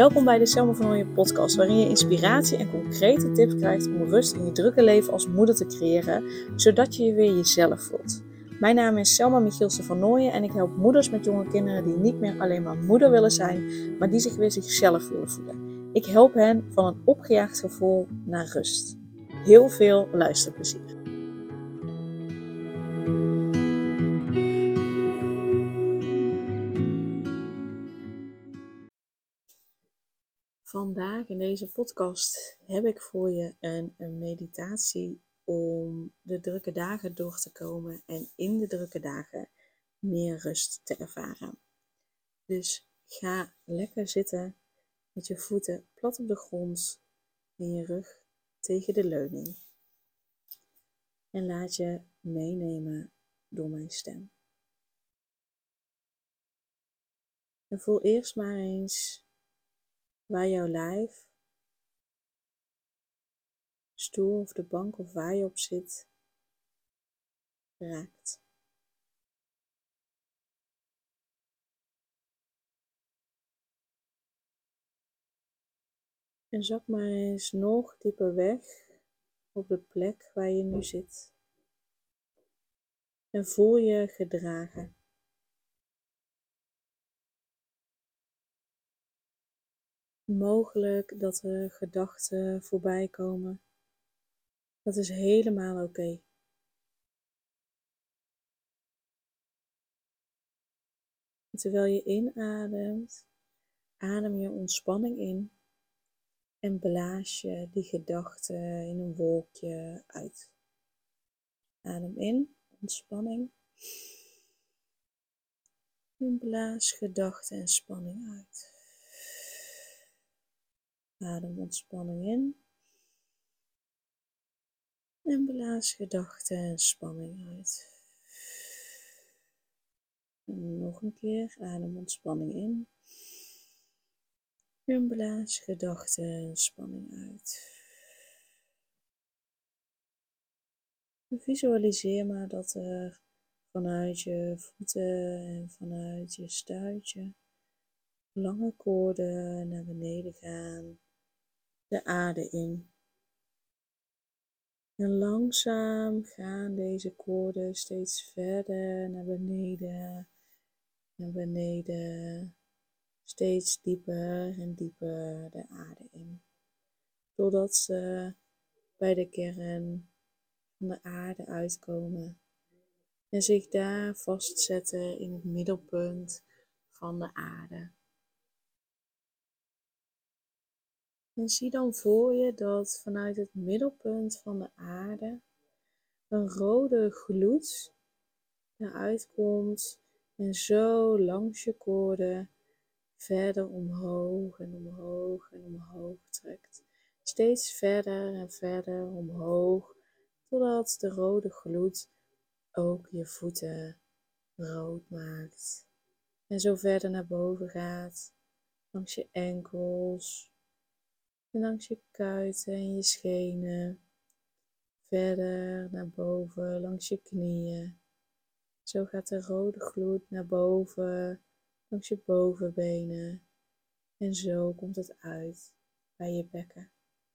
Welkom bij de Selma van Nooijen podcast, waarin je inspiratie en concrete tips krijgt om rust in je drukke leven als moeder te creëren, zodat je je weer jezelf voelt. Mijn naam is Selma Michielse van Nooijen en ik help moeders met jonge kinderen die niet meer alleen maar moeder willen zijn, maar die zich weer zichzelf willen voelen. Ik help hen van een opgejaagd gevoel naar rust. Heel veel luisterplezier. Vandaag in deze podcast heb ik voor je een meditatie om de drukke dagen door te komen en in de drukke dagen meer rust te ervaren. Dus ga lekker zitten met je voeten plat op de grond en je rug tegen de leuning. En laat je meenemen door mijn stem. En voel eerst maar eens waar jouw lijf, stoel of de bank of waar je op zit, raakt. En zak maar eens nog dieper weg op de plek waar je nu zit. En voel je gedragen. Mogelijk dat er gedachten voorbij komen. Dat is helemaal oké. Terwijl je inademt, adem je ontspanning in en blaas je die gedachten in een wolkje uit. Adem in, ontspanning. En blaas gedachten en spanning uit. Adem ontspanning in. En blaas gedachten en spanning uit. En nog een keer, adem ontspanning in. En blaas gedachten en spanning uit. En visualiseer maar dat er vanuit je voeten en vanuit je stuitje lange koorden naar beneden gaan, de aarde in. En langzaam gaan deze koorden steeds verder naar beneden, steeds dieper en dieper de aarde in. Totdat ze bij de kern van de aarde uitkomen en zich daar vastzetten in het middelpunt van de aarde. En zie dan voor je dat vanuit het middelpunt van de aarde een rode gloed eruit komt en zo langs je koorden verder omhoog en omhoog en omhoog trekt. Steeds verder en verder omhoog, totdat de rode gloed ook je voeten rood maakt. En zo verder naar boven gaat, langs je enkels, en langs je kuiten en je schenen, verder naar boven, langs je knieën. Zo gaat de rode gloed naar boven, langs je bovenbenen. En zo komt het uit bij je bekken.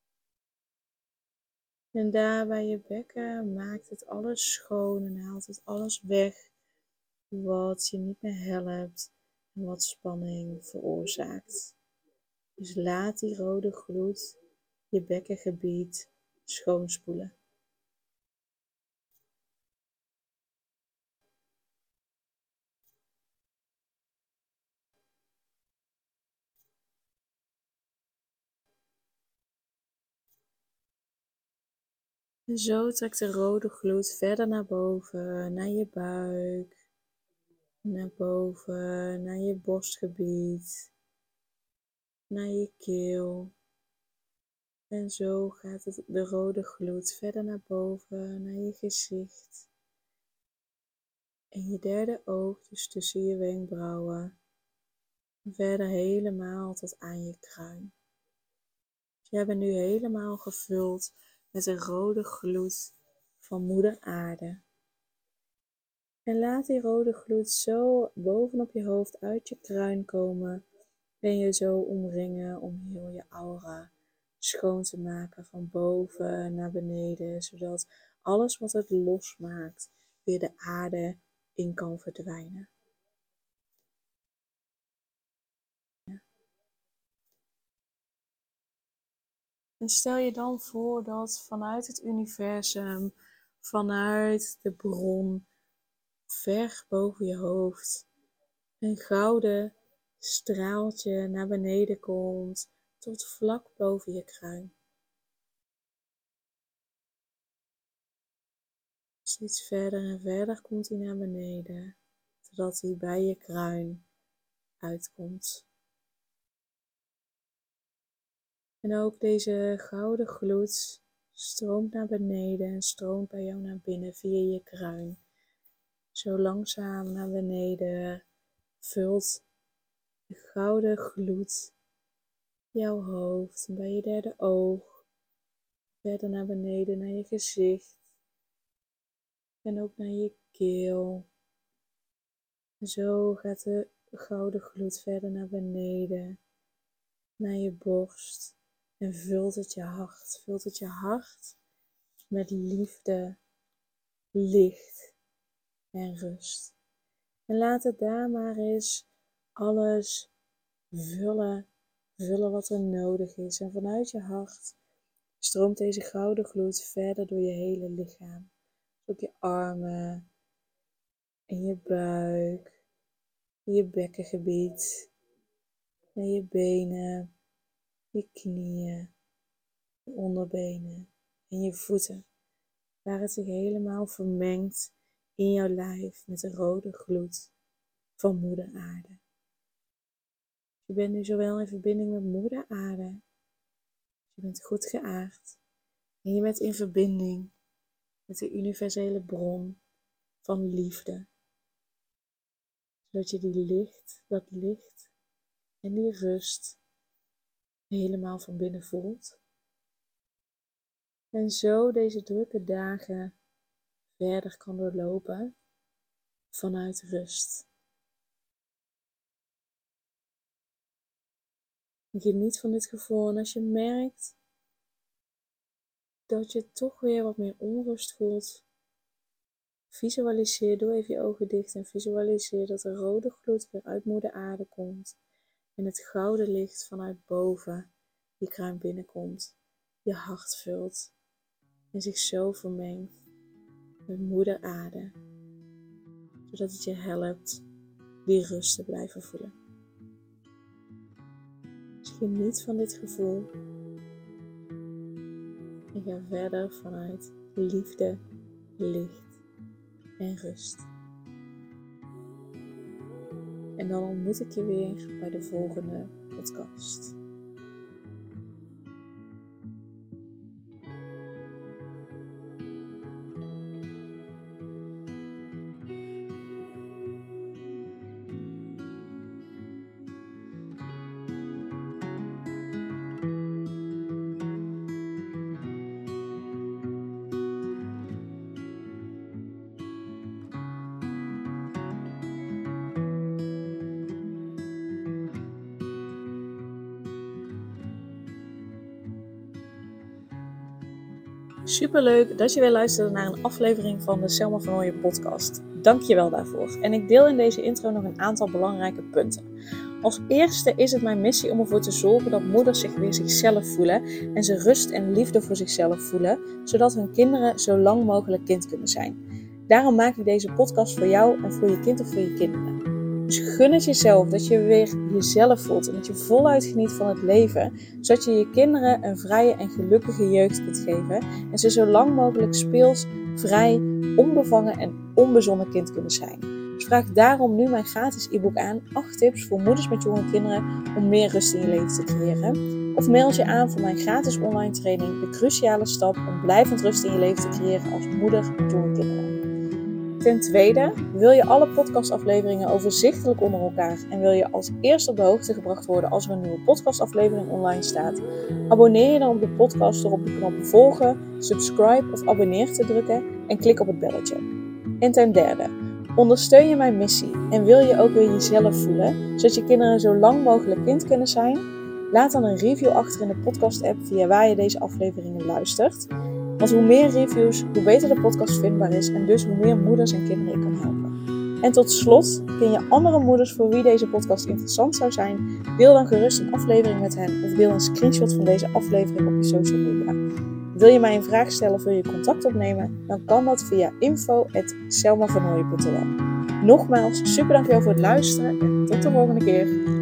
En daar bij je bekken maakt het alles schoon en haalt het alles weg wat je niet meer helpt en wat spanning veroorzaakt. Dus laat die rode gloed je bekkengebied schoonspoelen. En zo trekt de rode gloed verder naar boven, naar je buik, naar boven, naar je borstgebied, naar je keel. En zo gaat de rode gloed verder naar boven, naar je gezicht. En je derde oog, dus tussen je wenkbrauwen. En verder helemaal tot aan je kruin. Dus jij bent nu helemaal gevuld met de rode gloed van Moeder Aarde. En laat die rode gloed zo bovenop je hoofd uit je kruin komen En je zo omringen om heel je aura schoon te maken van boven naar beneden, zodat alles wat het losmaakt weer de aarde in kan verdwijnen. En stel je dan voor dat vanuit het universum, vanuit de bron, ver boven je hoofd, een gouden straaltje naar beneden komt tot vlak boven je kruin. Steeds verder en verder komt hij naar beneden, totdat hij bij je kruin uitkomt. En ook deze gouden gloed stroomt naar beneden en stroomt bij jou naar binnen via je kruin. Zo langzaam naar beneden vult de gouden gloed jouw hoofd en bij je derde oog. Verder naar beneden naar je gezicht en ook naar je keel. En zo gaat de gouden gloed verder naar beneden, naar je borst en vult het je hart. Vult het je hart met liefde, licht en rust. En laat het daar maar eens alles vullen wat er nodig is. En vanuit je hart stroomt deze gouden gloed verder door je hele lichaam. Ook je armen en je buik, je bekkengebied en je benen, je knieën, je onderbenen en je voeten, waar het zich helemaal vermengt in jouw lijf met de rode gloed van Moeder Aarde. Je bent nu zowel in verbinding met Moeder Aarde, je bent goed geaard en je bent in verbinding met de universele bron van liefde. Zodat je dat licht en die rust helemaal van binnen voelt. En zo deze drukke dagen verder kan doorlopen vanuit rust. Geniet van dit gevoel en als je merkt dat je toch weer wat meer onrust voelt, visualiseer, doe even je ogen dicht en visualiseer dat de rode gloed weer uit Moeder Aarde komt en het gouden licht vanuit boven je kruin binnenkomt, je hart vult en zich zo vermengt met Moeder Aarde, zodat het je helpt die rust te blijven voelen. Dus geniet van dit gevoel en ga verder vanuit liefde, licht en rust. En dan ontmoet ik je weer bij de volgende podcast. Superleuk dat je weer luisterde naar een aflevering van de Selma van Ooyen podcast. Dank je wel daarvoor. En ik deel in deze intro nog een aantal belangrijke punten. Als eerste is het mijn missie om ervoor te zorgen dat moeders zich weer zichzelf voelen en ze rust en liefde voor zichzelf voelen, zodat hun kinderen zo lang mogelijk kind kunnen zijn. Daarom maak ik deze podcast voor jou en voor je kind of voor je kinderen. Dus gun het jezelf dat je weer jezelf voelt en dat je voluit geniet van het leven, zodat je je kinderen een vrije en gelukkige jeugd kunt geven en ze zo lang mogelijk speels, vrij, onbevangen en onbezonnen kind kunnen zijn. Dus vraag daarom nu mijn gratis e-book aan, 8 tips voor moeders met jonge kinderen om meer rust in je leven te creëren. Of meld je aan voor mijn gratis online training, de cruciale stap om blijvend rust in je leven te creëren als moeder met jonge kinderen. Ten tweede, wil je alle podcastafleveringen overzichtelijk onder elkaar en wil je als eerste op de hoogte gebracht worden als er een nieuwe podcastaflevering online staat? Abonneer je dan op de podcast door op de knop volgen, subscribe of abonneer te drukken en klik op het belletje. En ten derde, Ondersteun je mijn missie en wil je ook weer jezelf voelen, zodat je kinderen zo lang mogelijk kind kunnen zijn? Laat dan een review achter in de podcast-app via waar je deze afleveringen luistert. Want hoe meer reviews, hoe beter de podcast vindbaar is en dus hoe meer moeders en kinderen ik kan helpen. En tot slot, ken je andere moeders voor wie deze podcast interessant zou zijn? Deel dan gerust een aflevering met hen of deel een screenshot van deze aflevering op je social media. Wil je mij een vraag stellen of wil je contact opnemen? Dan kan dat via info@selmavernooyen.nl. Nogmaals, super dankjewel voor het luisteren en tot de volgende keer.